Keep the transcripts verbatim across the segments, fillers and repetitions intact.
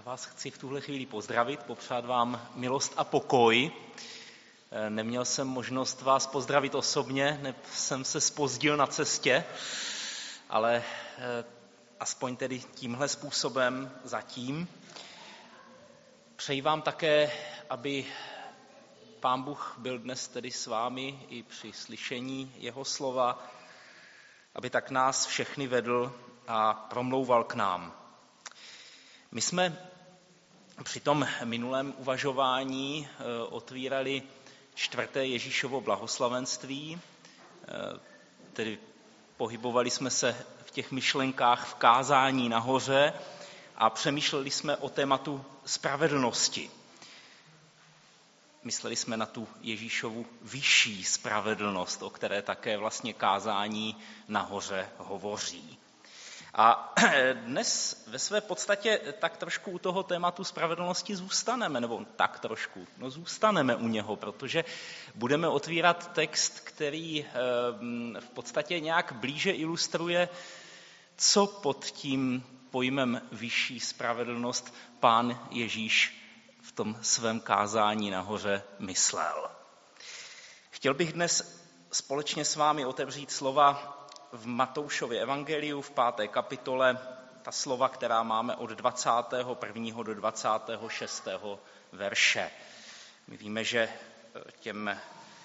vás chci v tuhle chvíli pozdravit, popřát vám milost a pokoj. Neměl jsem možnost vás pozdravit osobně, ne, jsem se zpozdil na cestě, ale aspoň tedy tímhle způsobem zatím. Přeji vám také, aby Pán Bůh byl dnes tedy s vámi i při slyšení jeho slova, aby tak nás všechny vedl a promlouval k nám. My jsme při tom minulém uvažování otvírali čtvrté Ježíšovo blahoslavenství, tedy pohybovali jsme se v těch myšlenkách v kázání nahoře a přemýšleli jsme o tématu spravedlnosti. Mysleli jsme na tu Ježíšovu vyšší spravedlnost, o které také vlastně kázání nahoře hovoří. A dnes ve své podstatě tak trošku u toho tématu spravedlnosti zůstaneme, nebo tak trošku, no zůstaneme u něho, protože budeme otvírat text, který v podstatě nějak blíže ilustruje, co pod tím pojmem vyšší spravedlnost Pán Ježíš v tom svém kázání nahoře myslel. Chtěl bych dnes společně s vámi otevřít slova v Matoušově evangeliu v páté kapitole, ta slova, která máme od dvacátého prvního do dvacátého šestého verše. My víme, že těm,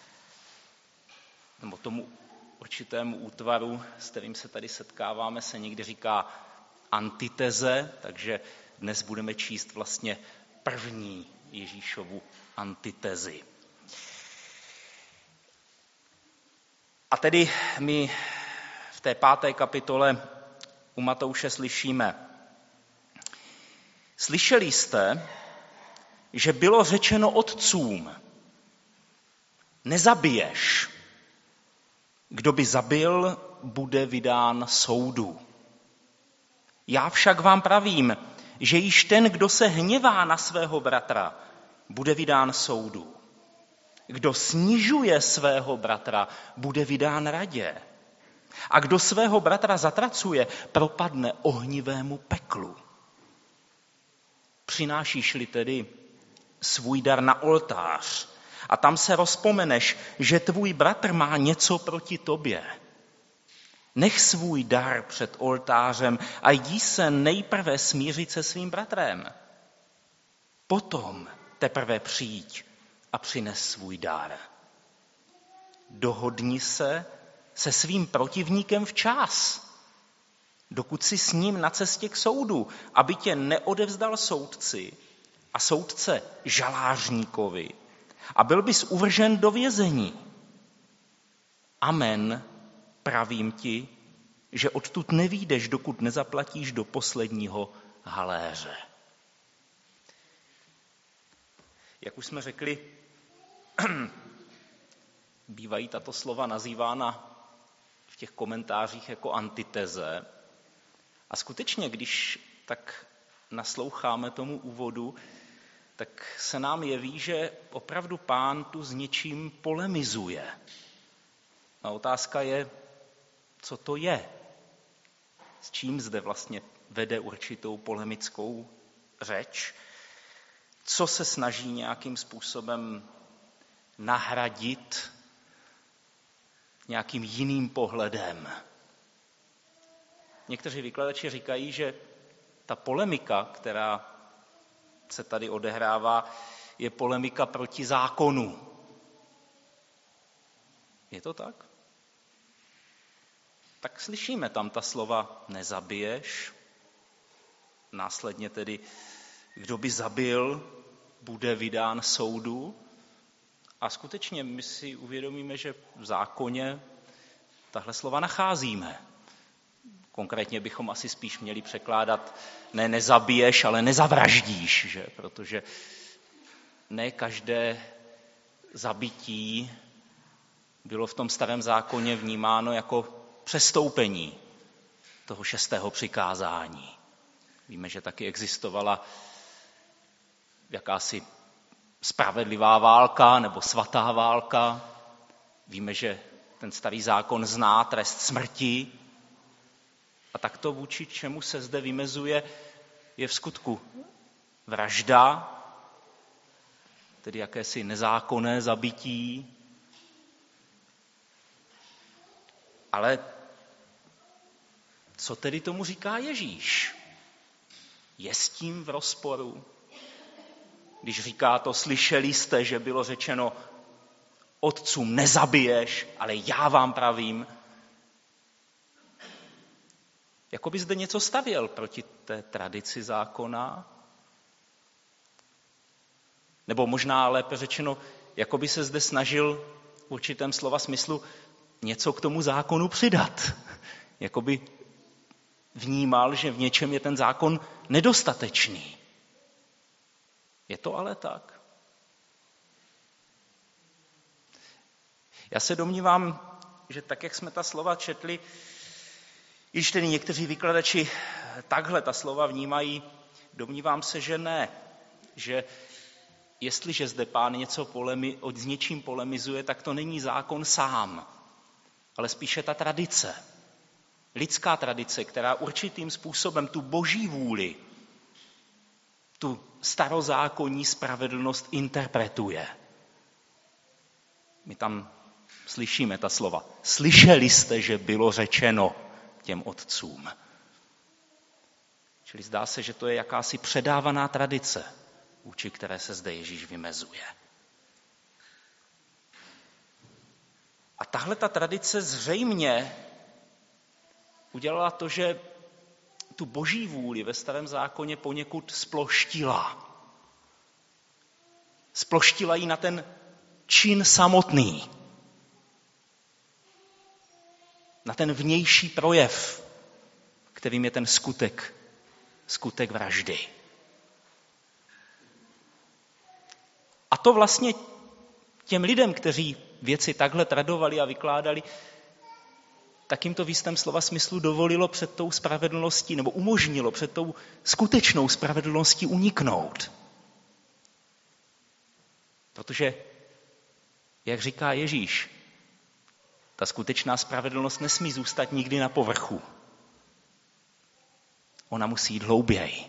nebo tomu určitému útvaru, s kterým se tady setkáváme, se někdy říká antiteze, takže dnes budeme číst vlastně první Ježíšovu antitezi. A tedy my v té páté kapitole u Matouše slyšíme: Slyšeli jste, že bylo řečeno otcům, nezabiješ. Kdo by zabil, bude vydán soudu. Já však vám pravím, že již ten, kdo se hněvá na svého bratra, bude vydán soudu. Kdo snižuje svého bratra, bude vydán radě. A kdo svého bratra zatracuje, propadne ohnivému peklu. Přinášíš-li tedy svůj dar na oltář a tam se rozpomeneš, že tvůj bratr má něco proti tobě, nech svůj dar před oltářem a jdi se nejprve smířit se svým bratrem. Potom teprve přijď a přines svůj dar. Dohodni se se svým protivníkem včas, dokud jsi s ním na cestě k soudu, aby tě neodevzdal soudci a soudce žalářníkovi a byl bys uvržen do vězení. Amen, pravím ti, že odtud nevyjdeš, dokud nezaplatíš do posledního haléře. Jak už jsme řekli, bývají tato slova nazývána v těch komentářích jako antiteze. A skutečně, když tak nasloucháme tomu úvodu, tak se nám jeví, že opravdu Pán tu s něčím polemizuje. A otázka je, co to je? S čím zde vlastně vede určitou polemickou řeč? Co se snaží nějakým způsobem nahradit nějakým jiným pohledem? Někteří vykladači říkají, že ta polemika, která se tady odehrává, je polemika proti zákonu. Je to tak? Tak slyšíme tam ta slova nezabiješ, následně tedy kdo by zabil, bude vydán soudu. A skutečně my si uvědomíme, že v zákoně tahle slova nacházíme. Konkrétně bychom asi spíš měli překládat ne nezabiješ, ale nezavraždíš, že? Protože ne každé zabití bylo v tom starém zákoně vnímáno jako přestoupení toho šestého přikázání. Víme, že taky existovala jakási spravedlivá válka nebo svatá válka. Víme, že ten starý zákon zná trest smrti. A tak to, vůči čemu se zde vymezuje, je v skutku vražda, tedy jakési nezákonné zabití. Ale co tedy tomu říká Ježíš? Je s tím v rozporu? Když říká to, slyšeli jste, že bylo řečeno, otcům nezabiješ, ale já vám pravím. Jako by zde něco stavěl proti té tradici zákona. Nebo možná lépe řečeno, jako by se zde snažil v určitém slova smyslu něco k tomu zákonu přidat. Jako by vnímal, že v něčem je ten zákon nedostatečný. Je to ale tak. Já se domnívám, že tak, jak jsme ta slova četli, když tedy někteří vykladači takhle ta slova vnímají, domnívám se, že ne. Že jestliže zde Pán něco polemi, s něčím polemizuje, tak to není zákon sám, ale spíše ta tradice. Lidská tradice, která určitým způsobem tu boží vůli, tu starozákonní spravedlnost interpretuje. My tam slyšíme ta slova. Slyšeli jste, že bylo řečeno těm otcům. Čili zdá se, že to je jakási předávaná tradice, vůči které se zde Ježíš vymezuje. A tahle ta tradice zřejmě udělala to, že tu boží vůli ve Starém zákoně poněkud sploštila. Sploštila ji na ten čin samotný. Na ten vnější projev, kterým je ten skutek, skutek vraždy. A to vlastně těm lidem, kteří věci takhle tradovali a vykládali, tak jim to v jistém slova smyslu dovolilo před tou spravedlností, nebo umožnilo před tou skutečnou spravedlností uniknout. Protože, jak říká Ježíš, ta skutečná spravedlnost nesmí zůstat nikdy na povrchu. Ona musí jít hlouběji.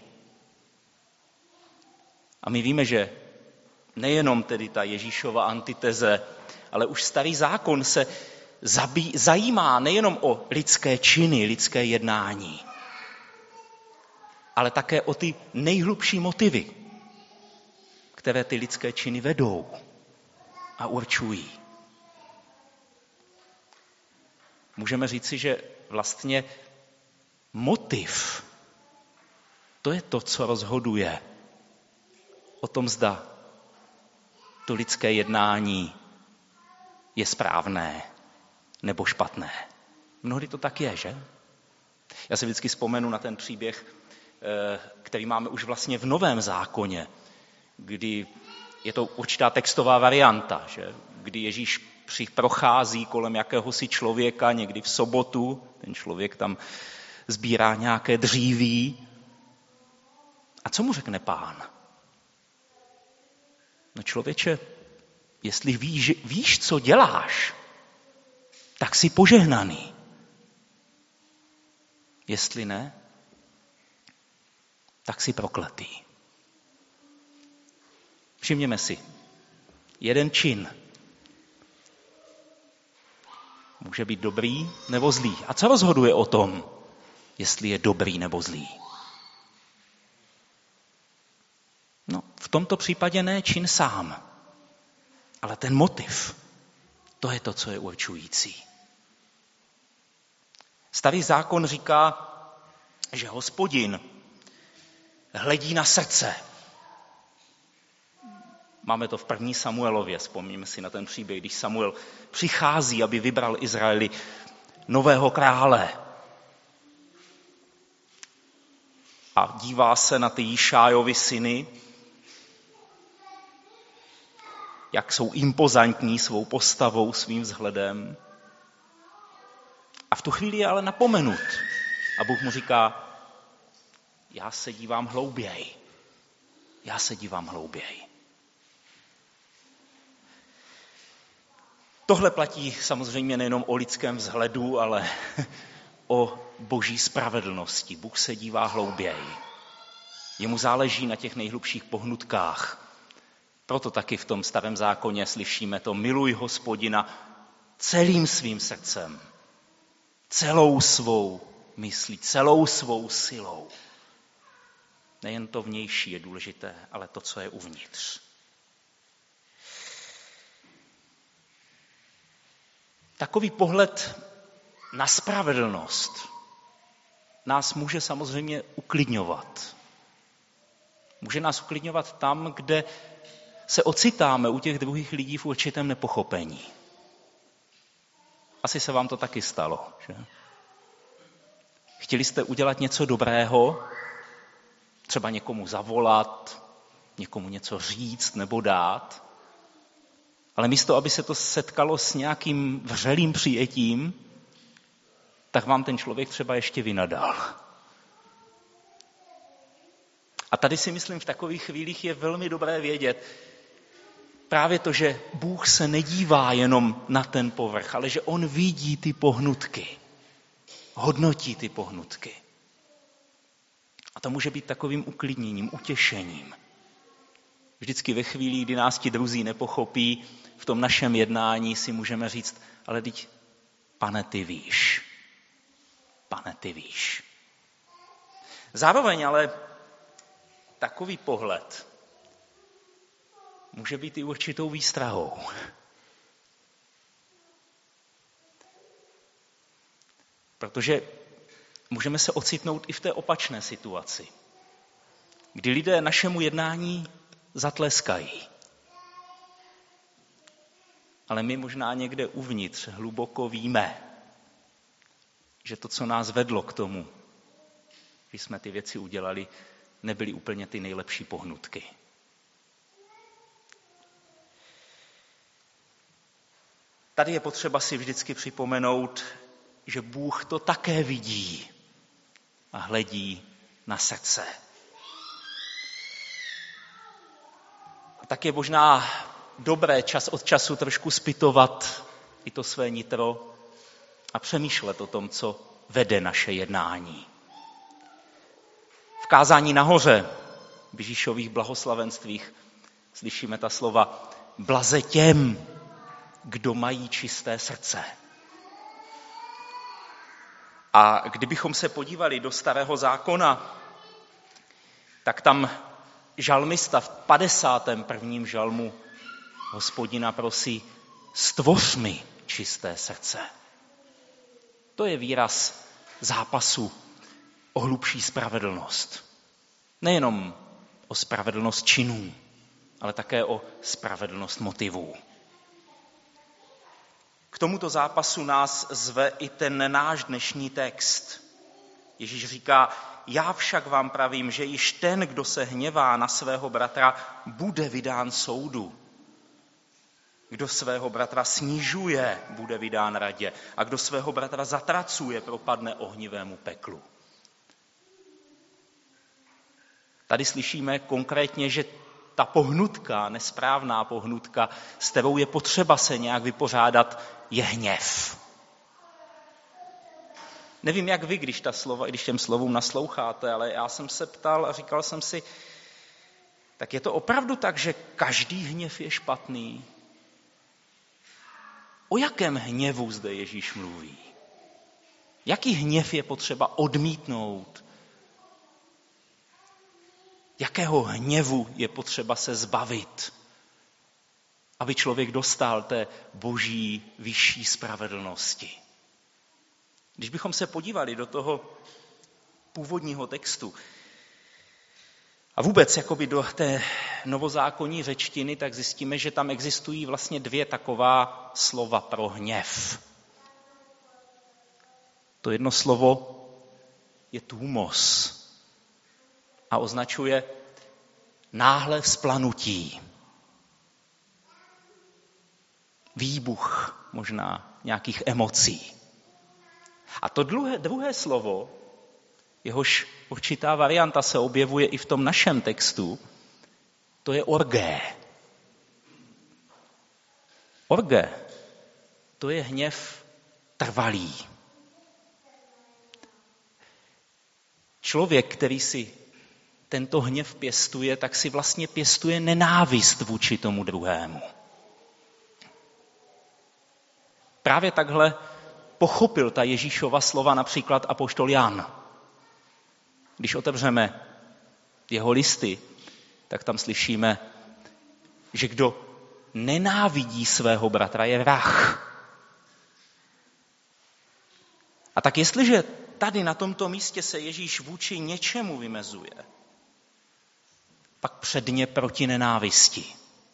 A my víme, že nejenom tedy ta Ježíšova antiteze, ale už Starý zákon se zabí, zajímá nejenom o lidské činy, lidské jednání, ale také o ty nejhlubší motivy, které ty lidské činy vedou a určují. Můžeme říci, že vlastně motiv, to je to, co rozhoduje o tom, zda to lidské jednání je správné nebo špatné. Mnohdy to tak je, že? Já si vždycky vzpomenu na ten příběh, který máme už vlastně v Novém zákoně, kdy je to určitá textová varianta, že? Kdy Ježíš prochází kolem jakéhosi člověka někdy v sobotu, ten člověk tam sbírá nějaké dříví. A co mu řekne Pán? No člověče, jestli víš, víš, co děláš, tak jsi požehnaný. Jestli ne, tak jsi prokletý. Všimněme si, jeden čin může být dobrý nebo zlý. A co rozhoduje o tom, jestli je dobrý nebo zlý? No, v tomto případě ne čin sám, ale ten motiv. To je to, co je určující. Starý zákon říká, že Hospodin hledí na srdce. Máme to v první Samuelově, vzpomněme si na ten příběh, když Samuel přichází, aby vybral Izraeli nového krále. A dívá se na ty Jíšájovi syny, jak jsou impozantní svou postavou, svým vzhledem. A v tu chvíli je ale napomenut. A Bůh mu říká, já se dívám hlouběji. Já se dívám hlouběji. Tohle platí samozřejmě nejenom o lidském vzhledu, ale o boží spravedlnosti. Bůh se dívá hlouběji. Jemu záleží na těch nejhlubších pohnutkách. Proto taky v tom starém zákoně slyšíme to miluj Hospodina celým svým srdcem, celou svou myslí, celou svou silou. Nejen to vnější je důležité, ale to, co je uvnitř. Takový pohled na spravedlnost nás může samozřejmě uklidňovat. Může nás uklidňovat tam, kde se ocitáme u těch druhých lidí v určitém nepochopení. Asi se vám to taky stalo, že? Chtěli jste udělat něco dobrého, třeba někomu zavolat, někomu něco říct nebo dát, ale místo, aby se to setkalo s nějakým vřelým přijetím, tak vám ten člověk třeba ještě vynadal. A tady si myslím, v takových chvílích je velmi dobré vědět právě to, že Bůh se nedívá jenom na ten povrch, ale že on vidí ty pohnutky, hodnotí ty pohnutky. A to může být takovým uklidněním, utěšením. Vždycky ve chvíli, kdy nás ti druzí nepochopí, v tom našem jednání si můžeme říct, ale teď, Pane, ty víš. Pane, ty víš. Zároveň ale takový pohled může být i určitou výstrahou. Protože můžeme se ocitnout i v té opačné situaci, kdy lidé našemu jednání zatleskají. Ale my možná někde uvnitř hluboko víme, že to, co nás vedlo k tomu, že jsme ty věci udělali, nebyly úplně ty nejlepší pohnutky. Tady je potřeba si vždycky připomenout, že Bůh to také vidí a hledí na srdce. A tak je možná dobré čas od času trošku zpytovat i to své nitro a přemýšlet o tom, co vede naše jednání. V kázání nahoře v Ježíšových blahoslavenstvích slyšíme ta slova blaze těm, kdo mají čisté srdce. A kdybychom se podívali do Starého zákona, tak tam žalmista v padesátém prvním žalmu Hospodina prosí, stvoř mi čisté srdce. To je výraz zápasu o hlubší spravedlnost. Nejenom o spravedlnost činů, ale také o spravedlnost motivů. K tomuto zápasu nás zve i ten náš dnešní text. Ježíš říká, já však vám pravím, že již ten, kdo se hněvá na svého bratra, bude vydán soudu. Kdo svého bratra snižuje, bude vydán radě. A kdo svého bratra zatracuje, propadne ohnivému peklu. Tady slyšíme konkrétně, že ta pohnutka, nesprávná pohnutka, s kterou je potřeba se nějak vypořádat, je hněv. Nevím, jak vy, když, ta slova, když těm slovům nasloucháte, ale já jsem se ptal a říkal jsem si, tak je to opravdu tak, že každý hněv je špatný? O jakém hněvu zde Ježíš mluví? Jaký hněv je potřeba odmítnout? Jakého hněvu je potřeba se zbavit, aby člověk dostal té boží vyšší spravedlnosti? Když bychom se podívali do toho původního textu a vůbec jakoby do té novozákonní řečtiny, tak zjistíme, že tam existují vlastně dvě taková slova pro hněv. To jedno slovo je thumos a označuje náhle vzplanutí, výbuch možná nějakých emocí. A to druhé, druhé slovo, jehož určitá varianta se objevuje i v tom našem textu, to je orgé. Orgé, to je hněv trvalý. Člověk, který si tento hněv pěstuje, tak si vlastně pěstuje nenávist vůči tomu druhému. Právě takhle pochopil ta Ježíšova slova například apoštol Jan. Když otevřeme jeho listy, tak tam slyšíme, že kdo nenávidí svého bratra, je vrah. A tak jestliže tady na tomto místě se Ježíš vůči něčemu vymezuje, pak předně proti nenávisti.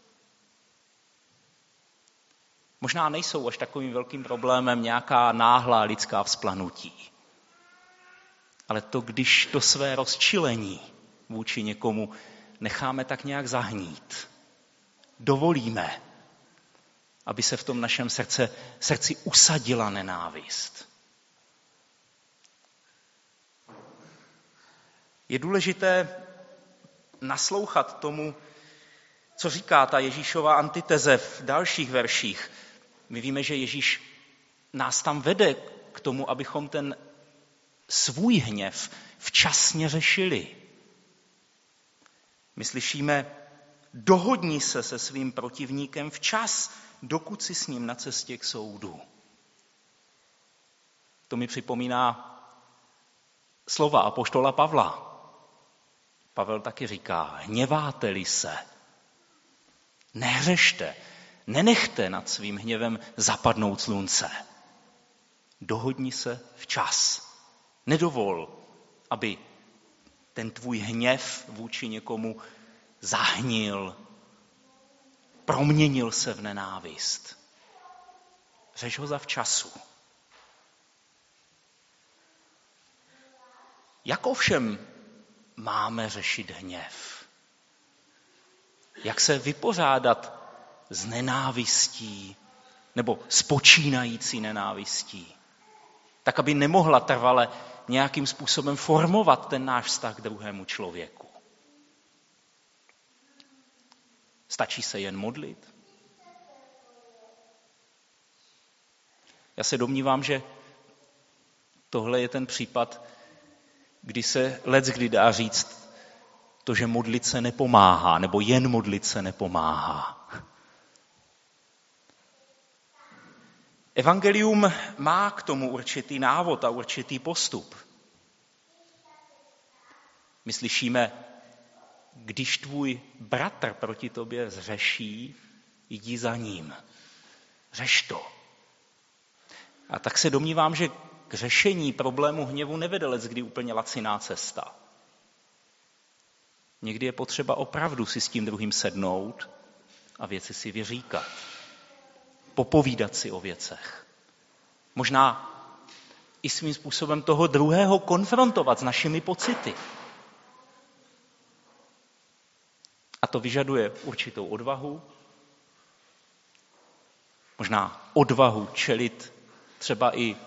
Možná nejsou až takovým velkým problémem nějaká náhlá lidská vzplanutí. Ale to, když to své rozčilení vůči někomu necháme tak nějak zahnít, dovolíme, aby se v tom našem srdce, srdci usadila nenávist. Je důležité naslouchat tomu, co říká ta Ježíšova antiteze v dalších verších. My víme, že Ježíš nás tam vede k tomu, abychom ten svůj hněv včasně řešili. My slyšíme, dohodni se se svým protivníkem včas, dokud si s ním na cestě k soudu. To mi připomíná slova apoštola Pavla. Pavel taky říká, hněváte-li se, nehřešte, nenechte nad svým hněvem zapadnout slunce. Dohodni se včas. Nedovol, aby ten tvůj hněv vůči někomu zahnil, proměnil se v nenávist. Řeš ho zavčasu. Jak ovšem máme řešit hněv? Jak se vypořádat s nenávistí nebo s počínající nenávistí? Tak, aby nemohla trvale nějakým způsobem formovat ten náš vztah k druhému člověku. Stačí se jen modlit? Já se domnívám, že tohle je ten případ, kdy se leckdy dá říct to, že modlit se nepomáhá, nebo jen modlit se nepomáhá. Evangelium má k tomu určitý návod a určitý postup. My slyšíme, když tvůj bratr proti tobě zřeší, jdi za ním. Řeš to. A tak se domnívám, že k řešení problému hněvu nevede leckdy úplně laciná cesta. Někdy je potřeba opravdu si s tím druhým sednout a věci si vyříkat. Popovídat si o věcech. Možná i svým způsobem toho druhého konfrontovat s našimi pocity. A to vyžaduje určitou odvahu. Možná odvahu čelit třeba i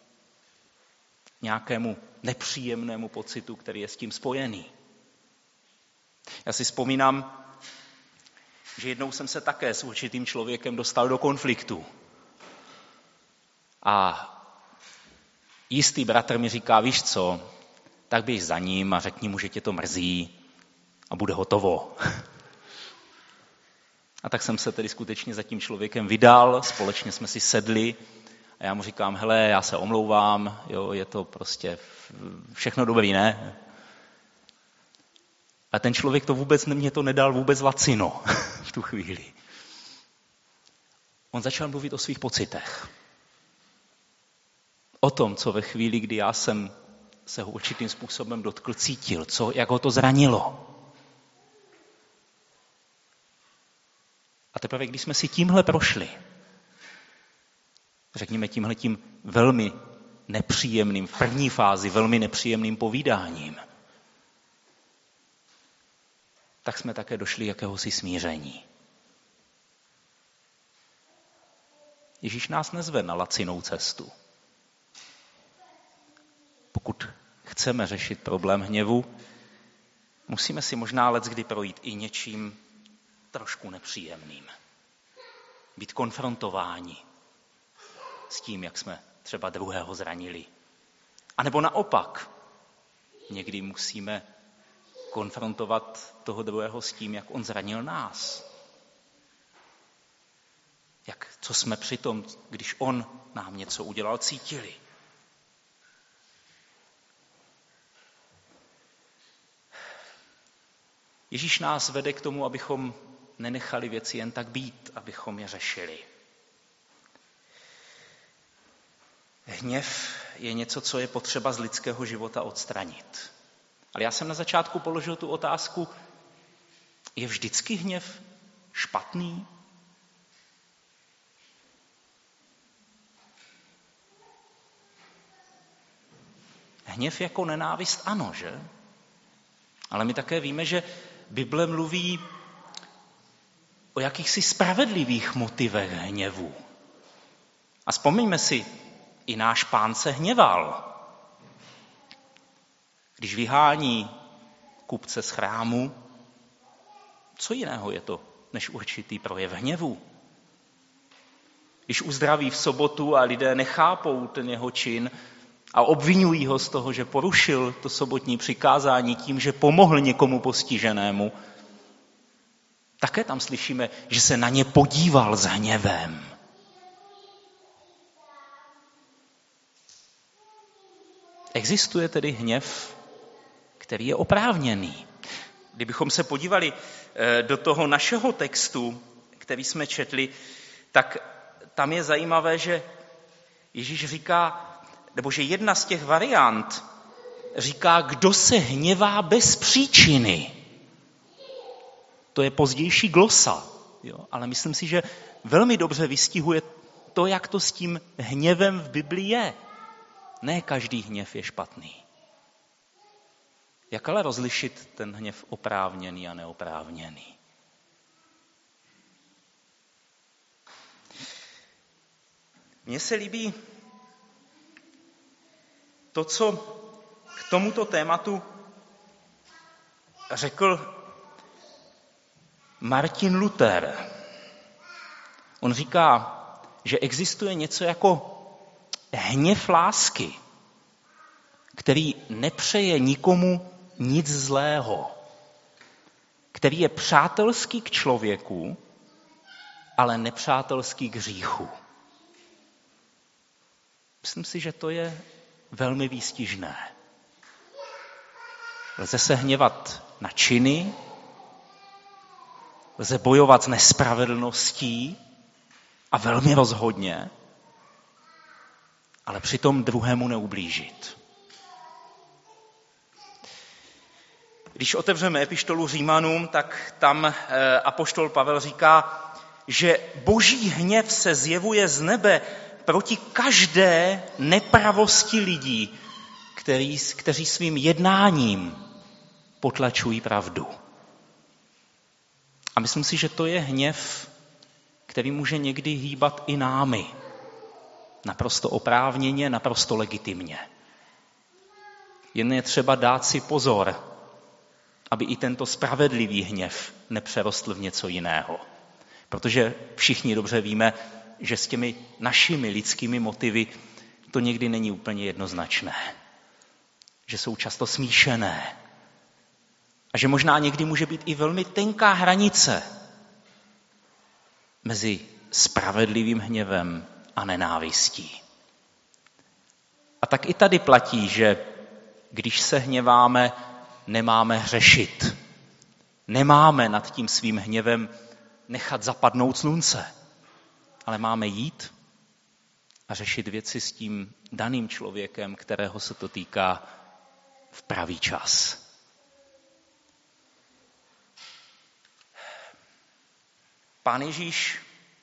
nějakému nepříjemnému pocitu, který je s tím spojený. Já si vzpomínám, že jednou jsem se také s určitým člověkem dostal do konfliktu. A jistý bratr mi říká, víš co, tak běž za ním a řekni mu, že tě to mrzí a bude hotovo. A tak jsem se tedy skutečně za tím člověkem vydal, společně jsme si sedli a já mu říkám, hele, já se omlouvám, jo, je to prostě všechno dobrý, ne? A ten člověk to vůbec, mě to nedal vůbec lacino v tu chvíli. On začal mluvit o svých pocitech. O tom, co ve chvíli, kdy já jsem se ho určitým způsobem dotkl, cítil, co, jak ho to zranilo. A teprve, když jsme si tímhle prošli, řekněme tímhletím velmi nepříjemným, v první fázi velmi nepříjemným povídáním, tak jsme také došli jakéhosi smíření. Ježíš nás nezve na lacinou cestu. Pokud chceme řešit problém hněvu, musíme si možná leckdy projít i něčím trošku nepříjemným. Být konfrontováni s tím, jak jsme třeba druhého zranili. A nebo naopak, někdy musíme konfrontovat toho druhého s tím, jak on zranil nás. Jak, co jsme při tom, když on nám něco udělal, cítili. Ježíš nás vede k tomu, abychom nenechali věci jen tak být, abychom je řešili. Hněv je něco, co je potřeba z lidského života odstranit. Ale já jsem na začátku položil tu otázku, je vždycky hněv špatný? Hněv jako nenávist ano, že? Ale my také víme, že Bible mluví o jakýchsi spravedlivých motivech hněvu. A vzpomeňme si, i náš Pán se hněval. Když vyhání kupce z chrámu, co jiného je to, než určitý projev hněvu? Když uzdraví v sobotu a lidé nechápou ten jeho čin a obvinují ho z toho, že porušil to sobotní přikázání tím, že pomohl někomu postiženému, také tam slyšíme, že se na ně podíval s hněvem. Existuje tedy hněv, který je oprávněný. Kdybychom se podívali do toho našeho textu, který jsme četli, tak tam je zajímavé, že Ježíš říká, nebo že jedna z těch variant říká, kdo se hněvá bez příčiny. To je pozdější glosa, jo? Ale myslím si, že velmi dobře vystihuje to, jak to s tím hněvem v Biblii je. Ne každý hněv je špatný. Jak ale rozlišit ten hněv oprávněný a neoprávněný? Mně se líbí to, co k tomuto tématu řekl Martin Luther. On říká, že existuje něco jako hněv lásky, který nepřeje nikomu nic zlého, který je přátelský k člověku, ale nepřátelský k hříchu. Myslím si, že to je velmi výstižné. Lze se hněvat na činy, lze bojovat s nespravedlností a velmi rozhodně, ale přitom druhému neublížit. Když otevřeme epištolu Římanům, tak tam apoštol Pavel říká, že boží hněv se zjevuje z nebe proti každé nepravosti lidí, který, kteří svým jednáním potlačují pravdu. A myslím si, že to je hněv, který může někdy hýbat i námi. Naprosto oprávněně, naprosto legitimně. Jen je třeba dát si pozor, aby i tento spravedlivý hněv nepřerostl v něco jiného. Protože všichni dobře víme, že s těmi našimi lidskými motivy to někdy není úplně jednoznačné. Že jsou často smíšené. A že možná někdy může být i velmi tenká hranice mezi spravedlivým hněvem a nenávistí. A tak i tady platí, že když se hněváme, nemáme hřešit. Nemáme nad tím svým hněvem nechat zapadnout slunce, ale máme jít a řešit věci s tím daným člověkem, kterého se to týká, v pravý čas. Pán Ježíš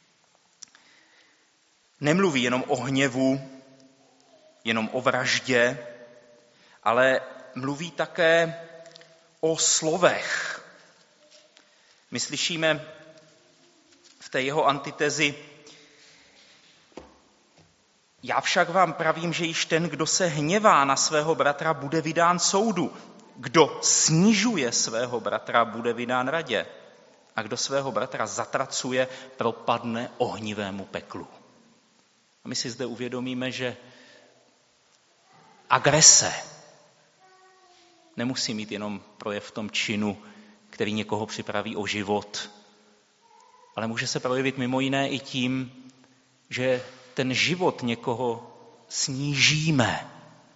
nemluví jenom o hněvu, jenom o vraždě, ale mluví také o slovech. My slyšíme v té jeho antitezi: já však vám pravím, že již ten, kdo se hněvá na svého bratra, bude vydán soudu. Kdo snižuje svého bratra, bude vydán radě. A kdo svého bratra zatracuje, propadne ohnivému peklu. A my si zde uvědomíme, že agrese nemusí mít jenom projev v tom činu, který někoho připraví o život, ale může se projevit mimo jiné i tím, že ten život někoho snížíme,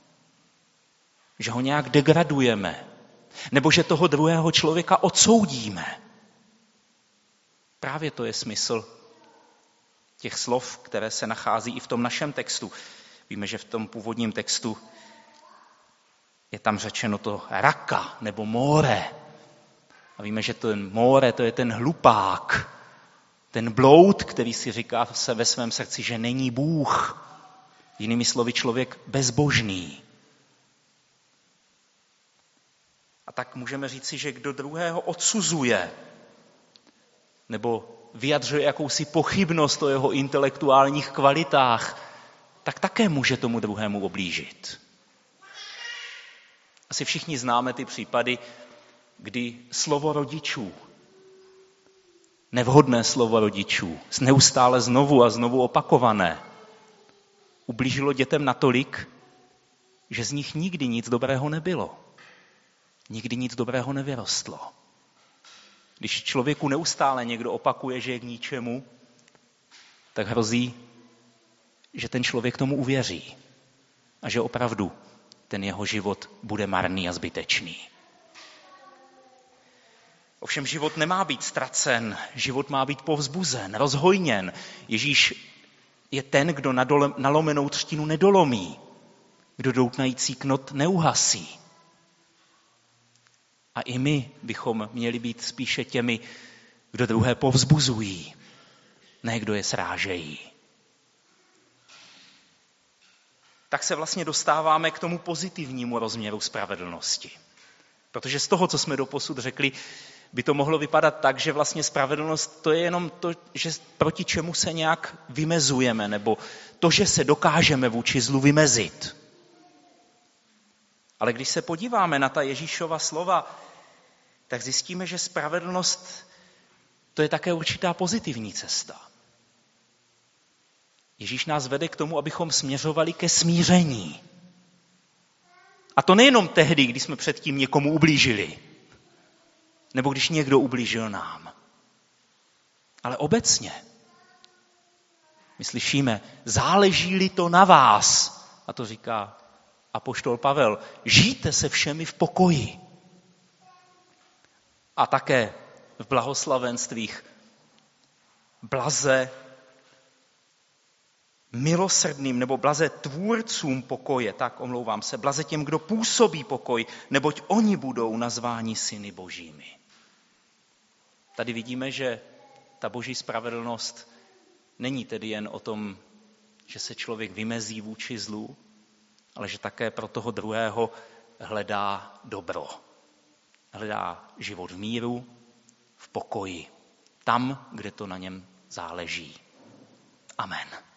že ho nějak degradujeme, nebo že toho druhého člověka odsoudíme. Právě to je smysl těch slov, které se nachází i v tom našem textu. Víme, že v tom původním textu je tam řečeno to raka nebo more. A víme, že ten more, to je ten hlupák, ten bloud, který si říká se ve svém srdci, že není Bůh. Jinými slovy, člověk bezbožný. A tak můžeme říci, že kdo druhého odsuzuje nebo vyjadřuje jakousi pochybnost o jeho intelektuálních kvalitách, tak také může tomu druhému ublížit. Asi všichni známe ty případy, kdy slovo rodičů, nevhodné slovo rodičů, neustále znovu a znovu opakované, ublížilo dětem natolik, že z nich nikdy nic dobrého nebylo. Nikdy nic dobrého nevyrostlo. Když člověku neustále někdo opakuje, že je k ničemu, tak hrozí, že ten člověk tomu uvěří a že opravdu ten jeho život bude marný a zbytečný. Ovšem život nemá být ztracen, život má být povzbuzen, rozhojněn. Ježíš je ten, kdo nalomenou třtinu nedolomí, kdo doutnající knot neuhasí. A i my bychom měli být spíše těmi, kdo druhé povzbuzují, ne kdo je srážejí. Tak se vlastně dostáváme k tomu pozitivnímu rozměru spravedlnosti. Protože z toho, co jsme doposud řekli, by to mohlo vypadat tak, že vlastně spravedlnost to je jenom to, že proti čemu se nějak vymezujeme, nebo to, že se dokážeme vůči zlu vymezit. Ale když se podíváme na ta Ježíšova slova, tak zjistíme, že spravedlnost to je také určitá pozitivní cesta. Ježíš nás vede k tomu, abychom směřovali ke smíření. A to nejenom tehdy, když jsme předtím někomu ublížili, nebo když někdo ublížil nám, ale obecně. My slyšíme, záleží-li to na vás, a to říká apoštol Pavel, žijte se všemi v pokoji. A také v blahoslavenstvích blaze milosrdným nebo blaze tvůrcům pokoje, tak omlouvám se, blaze těm, kdo působí pokoj, neboť oni budou nazváni syny božími. Tady vidíme, že ta boží spravedlnost není tedy jen o tom, že se člověk vymezí vůči zlu, ale že také pro toho druhého hledá dobro. Hledá život v míru, v pokoji, tam, kde to na něm záleží. Amen.